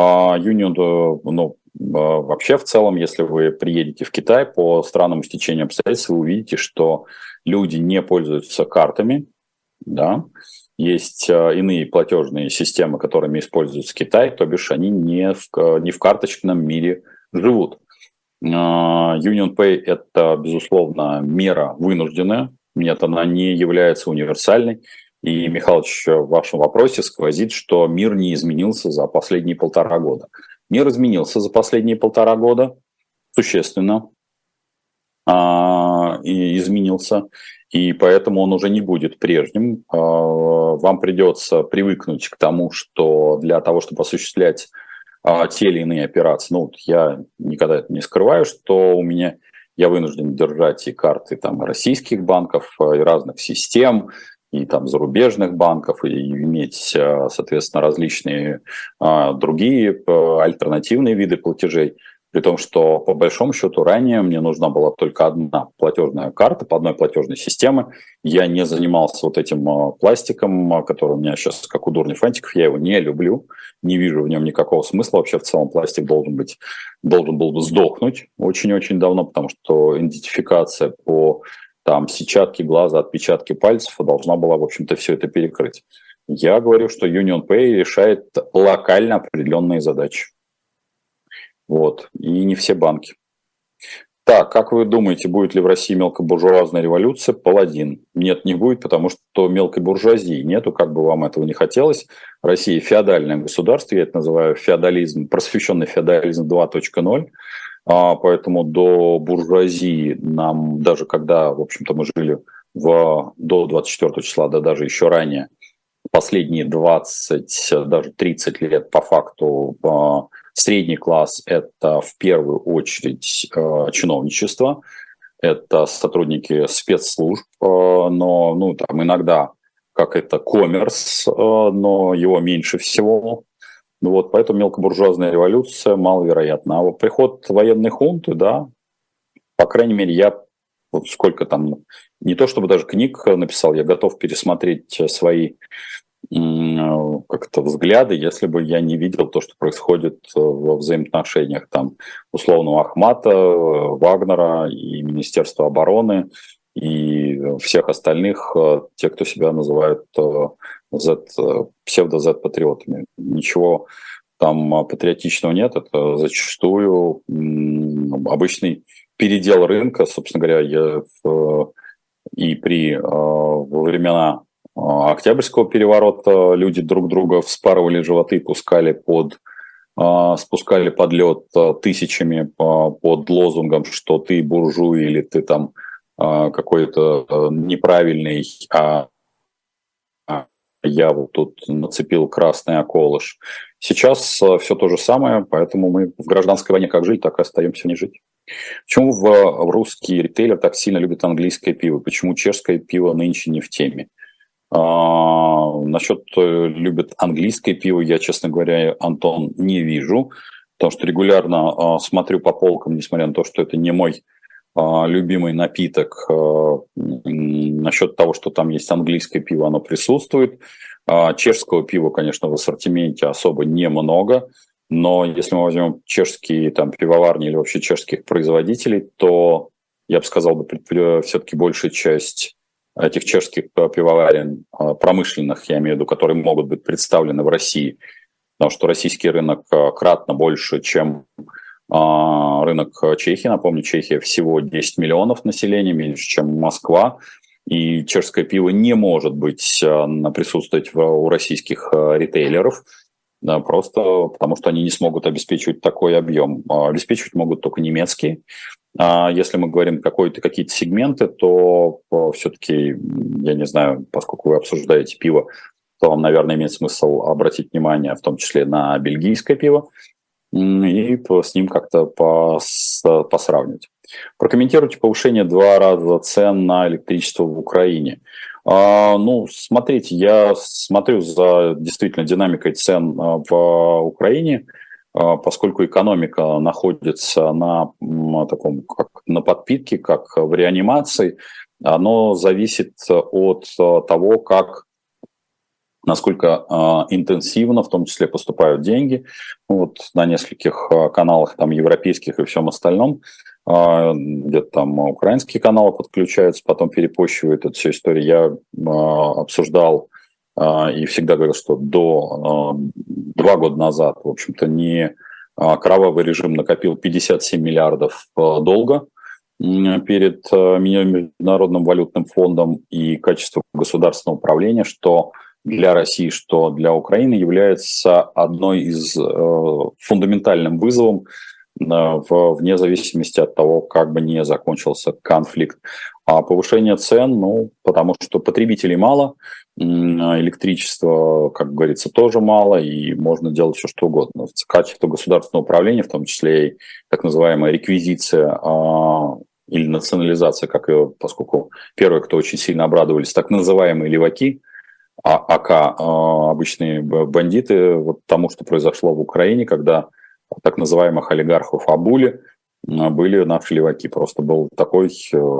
Вообще в целом, если вы приедете в Китай, по странному стечению обстоятельств, вы увидите, что люди не пользуются картами, да. Есть иные платежные системы, которыми используется Китай, то бишь они не в карточном мире живут. UnionPay – это, безусловно, мера вынужденная. Нет, она не является универсальной. И, Михалыч, в вашем вопросе сквозит, что мир не изменился за последние 1,5 года. Мир изменился за последние 1,5 года существенно. И изменился. И поэтому он уже не будет прежним. Вам придется привыкнуть к тому, что для того, чтобы осуществлять те или иные операции, я никогда это не скрываю, что я вынужден держать и карты российских банков, и разных систем, и зарубежных банков, и иметь, соответственно, различные другие альтернативные виды платежей. При том, что по большому счету ранее мне нужна была только одна платежная карта по одной платежной системе. Я не занимался этим пластиком, который у меня сейчас как у дурни фантиков. Я его не люблю, не вижу в нем никакого смысла. Вообще в целом пластик должен был бы сдохнуть очень-очень давно, потому что идентификация по сетчатке глаза, отпечатки пальцев должна была, в общем-то, все это перекрыть. Я говорю, что UnionPay решает локально определенные задачи. И не все банки. Так, как вы думаете, будет ли в России мелкобуржуазная революция? Паладин. Нет, не будет, потому что мелкой буржуазии нету, как бы вам этого не хотелось. Россия феодальное государство, я это называю феодализм, просвещенный феодализм 2.0. Поэтому до буржуазии нам, даже когда, в общем-то, мы жили до 24 числа, да даже еще ранее, последние 20, даже 30 лет по факту средний класс – это в первую очередь чиновничество, это сотрудники спецслужб, но иногда как это коммерс, но его меньше всего. Поэтому мелкобуржуазная революция маловероятна. А приход военной хунты, да, по крайней мере, я сколько не то чтобы даже книг написал, я готов пересмотреть свои взгляды, если бы я не видел то, что происходит во взаимоотношениях условного Ахмата, Вагнера и Министерства обороны и всех остальных, те, кто себя называют псевдо-Z-патриотами. Ничего там патриотичного нет, это зачастую обычный передел рынка, собственно говоря, во времена Октябрьского переворота люди друг друга вспарывали животы, спускали под лед тысячами под лозунгом, что ты буржуй или ты там какой-то неправильный, я вот тут нацепил красный околыш. Сейчас все то же самое, поэтому мы в гражданской войне как жить, так и остаемся не жить. Почему в русский ритейлер так сильно любят английское пиво? Почему чешское пиво нынче не в теме? Насчет любят английское пиво, я, честно говоря, Антон, не вижу, потому что регулярно смотрю по полкам, несмотря на то, что это не мой любимый напиток. Насчет того, что там есть английское пиво, оно присутствует. Чешского пива, конечно, в ассортименте особо немного, но если мы возьмем чешские там пивоварни или вообще чешских производителей, то я бы сказал, все-таки большая часть этих чешских пивоварен промышленных, я имею в виду, которые могут быть представлены в России, потому что российский рынок кратно больше, чем рынок Чехии. Напомню, Чехия всего 10 миллионов населения, меньше, чем Москва, и чешское пиво не может присутствовать у российских ритейлеров, просто потому что они не смогут обеспечивать такой объем. Обеспечивать могут только немецкие. Если мы говорим какие-то сегменты, то все-таки, я не знаю, поскольку вы обсуждаете пиво, то вам, наверное, имеет смысл обратить внимание в том числе на бельгийское пиво и с ним как-то посравнивать. Прокомментируйте повышение 2 раза цен на электричество в Украине. Смотрите, я смотрю за действительно динамикой цен в Украине, поскольку экономика находится на подпитке, как в реанимации, оно зависит от того, насколько интенсивно, в том числе, поступают деньги. На нескольких каналах, там, европейских и всем остальном, где-то там украинские каналы подключаются, потом перепощивают эту всю историю. Я обсуждал и всегда говорил, что до 2 года назад, в общем-то, кровавый режим накопил 57 миллиардов долга перед Международным валютным фондом, и качество государственного управления, что для России, что для Украины, является одной из фундаментальным вызовом вне зависимости от того, как бы ни закончился конфликт. А повышение цен, потому что потребителей мало, электричества, как говорится, тоже мало, и можно делать все, что угодно. Качество государственного управления, в том числе и так называемая реквизиция или национализация, поскольку первые, кто очень сильно обрадовались, так называемые леваки, АК, обычные бандиты, тому, что произошло в Украине, когда так называемых олигархов обули, были наши леваки. Просто был такой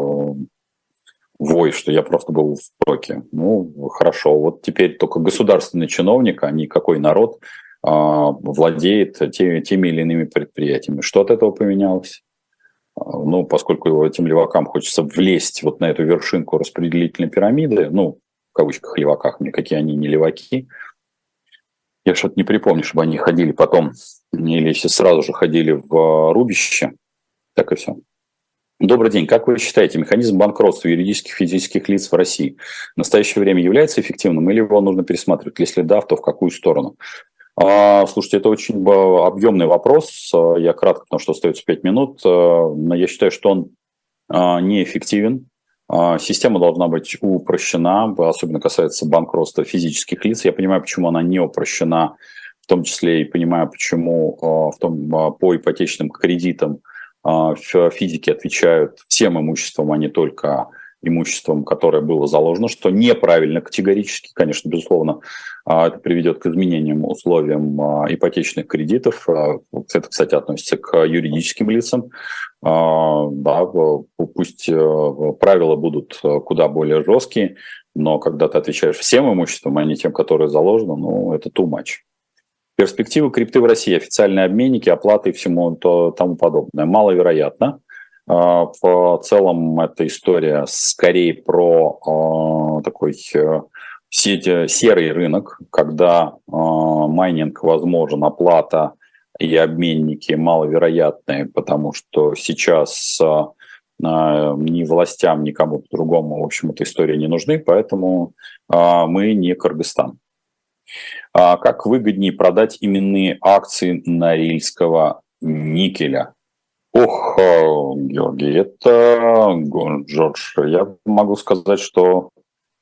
вой, что я просто был в шоке. Хорошо, теперь только государственный чиновник, а не какой народ, владеет теми или иными предприятиями. Что от этого поменялось? Поскольку этим левакам хочется влезть на эту вершинку распределительной пирамиды, в кавычках леваках, никакие они не леваки. Я что-то не припомню, чтобы они ходили потом, или если сразу же ходили в рубище, так и все. Добрый день. Как вы считаете, механизм банкротства юридических и физических лиц в России в настоящее время является эффективным, или его нужно пересматривать? Если да, то в какую сторону? Слушайте, это очень объемный вопрос. Я кратко, потому что остается 5 минут. Но я считаю, что он неэффективен. Система должна быть упрощена, особенно касается банкротства физических лиц. Я понимаю, почему она не упрощена, в том числе и понимаю, почему по ипотечным кредитам физики отвечают всем имуществом, а не только имуществом, которое было заложено, что неправильно категорически. Конечно, безусловно, это приведет к изменениям условиям ипотечных кредитов. Это, кстати, относится к юридическим лицам. Да, пусть правила будут куда более жесткие, но когда ты отвечаешь всем имуществом, а не тем, которое заложено, это too much. Перспективы крипты в России, официальные обменники, оплаты и тому подобное. Маловероятно. В целом эта история скорее про такой серый рынок, когда майнинг возможен, оплата и обменники маловероятные, потому что сейчас ни властям, ни кому-то другому, в общем, эта история не нужны, поэтому мы не Кыргызстан. Как выгоднее продать именные акции Норильского никеля? Ох, Георгий, это, Джордж, я могу сказать, что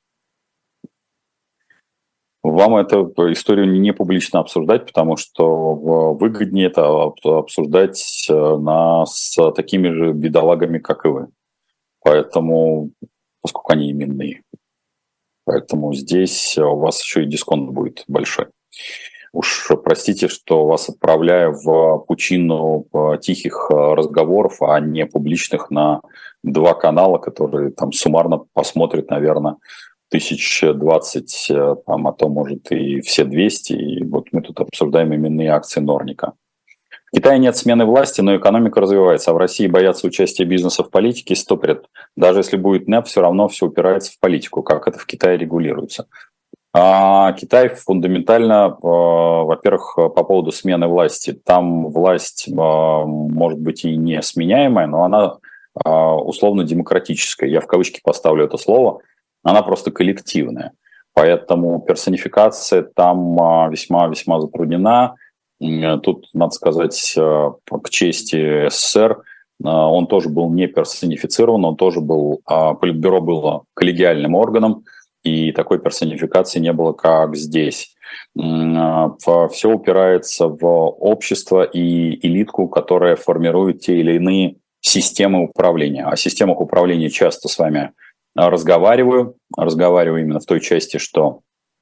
вам эту историю не публично обсуждать, потому что выгоднее это обсуждать с такими же бедолагами, как и вы. Поэтому, поскольку они именные. Поэтому здесь у вас еще и дисконт будет большой. Уж простите, что вас отправляю в пучину тихих разговоров, а не публичных на 2 канала, которые там суммарно посмотрят, наверное, 1020, там, а то, может, и все 200. И вот мы тут обсуждаем именные акции Норника. В Китае нет смены власти, но экономика развивается, а в России боятся участия бизнеса в политике и стопорят. Даже если будет НЭП, все равно все упирается в политику. Как это в Китае регулируется? Китай фундаментально, во-первых, по поводу смены власти. Там власть может быть и не сменяемая, но она условно демократическая. Я в кавычки поставлю это слово. Она просто коллективная. Поэтому персонификация там весьма-весьма затруднена. Тут, надо сказать, к чести СССР, он тоже был не персонифицирован, он тоже был, Политбюро было коллегиальным органом, и такой персонификации не было, как здесь. Все упирается в общество и элитку, которая формирует те или иные системы управления. О системах управления часто с вами разговариваю именно в той части, что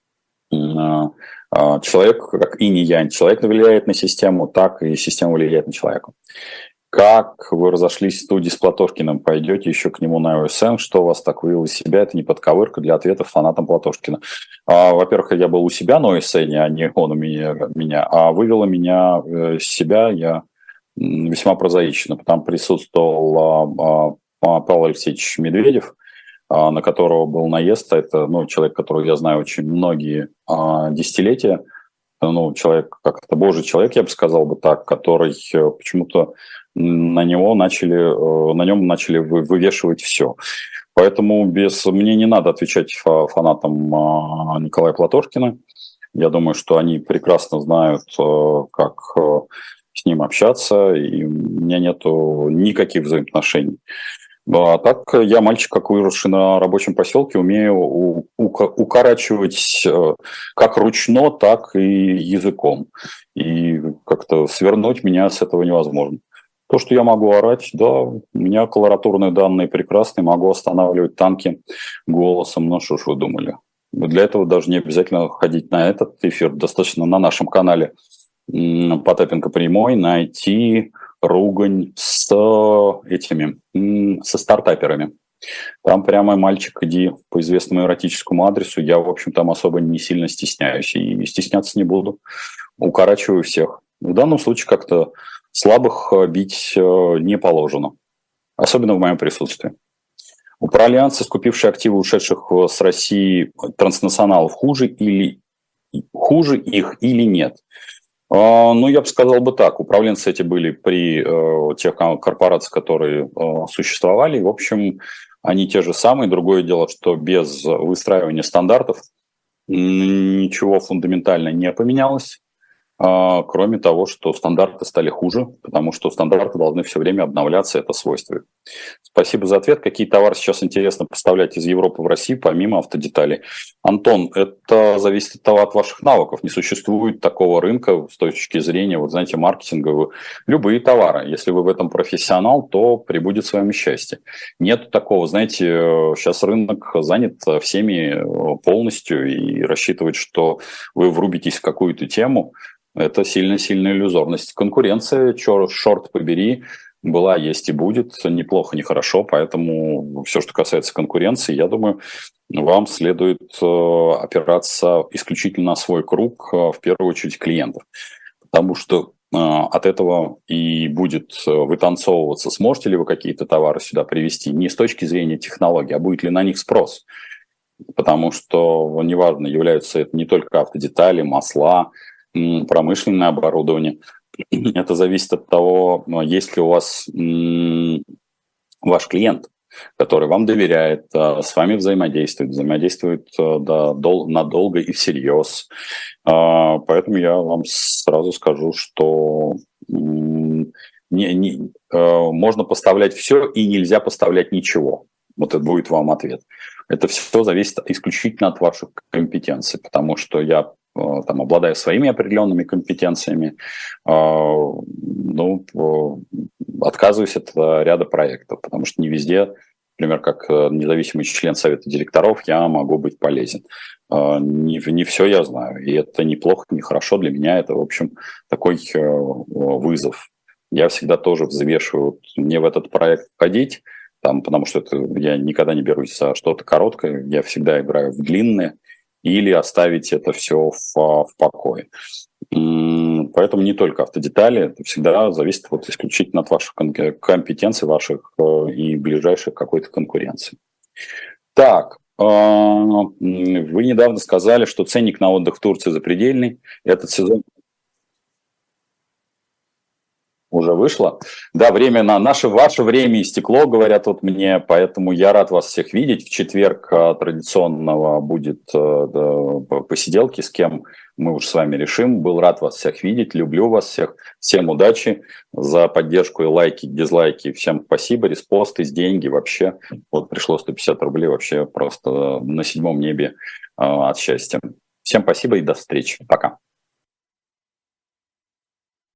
человек, как инь-янь, человек влияет на систему, так и система влияет на человека. Как вы разошлись в студии с Платошкиным, пойдете еще к нему на ОСН, что вас так вывело из себя, это не подковырка для ответов фанатам Платошкина. Во-первых, я был у себя на ОСН, а не он у меня, а вывело меня из себя я весьма прозаично. Там присутствовал Павел Алексеевич Медведев, на которого был наезд. Это человек, которого я знаю очень многие десятилетия. Человек, как это божий человек, я бы сказал бы так, который почему-то на нем начали вывешивать все. Поэтому мне не надо отвечать фанатам Николая Платошкина. Я думаю, что они прекрасно знают, как с ним общаться, и у меня нету никаких взаимоотношений. А так я мальчик, как выросший на рабочем поселке, умею укорачивать как ручно, так и языком. И как-то свернуть меня с этого невозможно. То, что я могу орать, да, у меня колоратурные данные прекрасные, могу останавливать танки голосом, что ж вы думали. Для этого даже не обязательно ходить на этот эфир, достаточно на нашем канале Потапенко Прямой найти ругань со стартаперами. Там прямо мальчик, иди по известному эротическому адресу. Я, в общем, там особо не сильно стесняюсь и стесняться не буду. Укорачиваю всех. В данном случае как-то слабых бить не положено. Особенно в моем присутствии. Управлянцы, скупившие активы ушедших с России транснационалов, хуже их или нет? Я бы сказал бы так. Управленцы эти были при тех корпорациях, которые существовали. В общем, они те же самые. Другое дело, что без выстраивания стандартов ничего фундаментально не поменялось. Кроме того, что стандарты стали хуже, потому что стандарты должны все время обновляться, это свойство. Спасибо за ответ. Какие товары сейчас интересно поставлять из Европы в Россию, помимо автодеталей? Антон, это зависит от ваших навыков. Не существует такого рынка с точки зрения, маркетинга. Любые товары. Если вы в этом профессионал, то прибудет с вами счастье. Нет такого, сейчас рынок занят всеми полностью, и рассчитывать, что вы врубитесь в какую-то тему, это сильная иллюзорность. Конкуренция, черт побери, была, есть и будет, неплохо, не хорошо, поэтому все, что касается конкуренции, я думаю, вам следует опираться исключительно на свой круг, в первую очередь клиентов. Потому что от этого и будет вытанцовываться, сможете ли вы какие-то товары сюда привезти, не с точки зрения технологий, а будет ли на них спрос. Потому что, неважно, являются это не только автодетали, масла, промышленное оборудование. Это зависит от того, есть ли у вас ваш клиент, который вам доверяет, с вами взаимодействует надолго и всерьез. Поэтому я вам сразу скажу, что можно поставлять все и нельзя поставлять ничего. Вот это будет вам ответ. Это все зависит исключительно от ваших компетенций, потому что я там обладаю своими определенными компетенциями, отказываюсь от ряда проектов, потому что не везде, например, как независимый член совета директоров, я могу быть полезен. Не все я знаю, и это неплохо, не хорошо для меня, это, в общем, такой вызов. Я всегда тоже взвешиваю, мне в этот проект входить, потому что я никогда не берусь за что-то короткое, я всегда играю в длинное, или оставить это все в покое. Поэтому не только автодетали, это всегда зависит исключительно от ваших компетенций, ваших и ближайших какой-то конкуренции. Так, вы недавно сказали, что ценник на отдых в Турции запредельный. Этот сезон уже вышло. Да, ваше время истекло, говорят мне, поэтому я рад вас всех видеть. В четверг традиционного будет посиделки, с кем мы уже с вами решим. Был рад вас всех видеть, люблю вас всех. Всем удачи, за поддержку и лайки, дизлайки. Всем спасибо, респосты, деньги вообще. Вот пришло 150 рублей, вообще просто на седьмом небе от счастья. Всем спасибо и до встречи. Пока.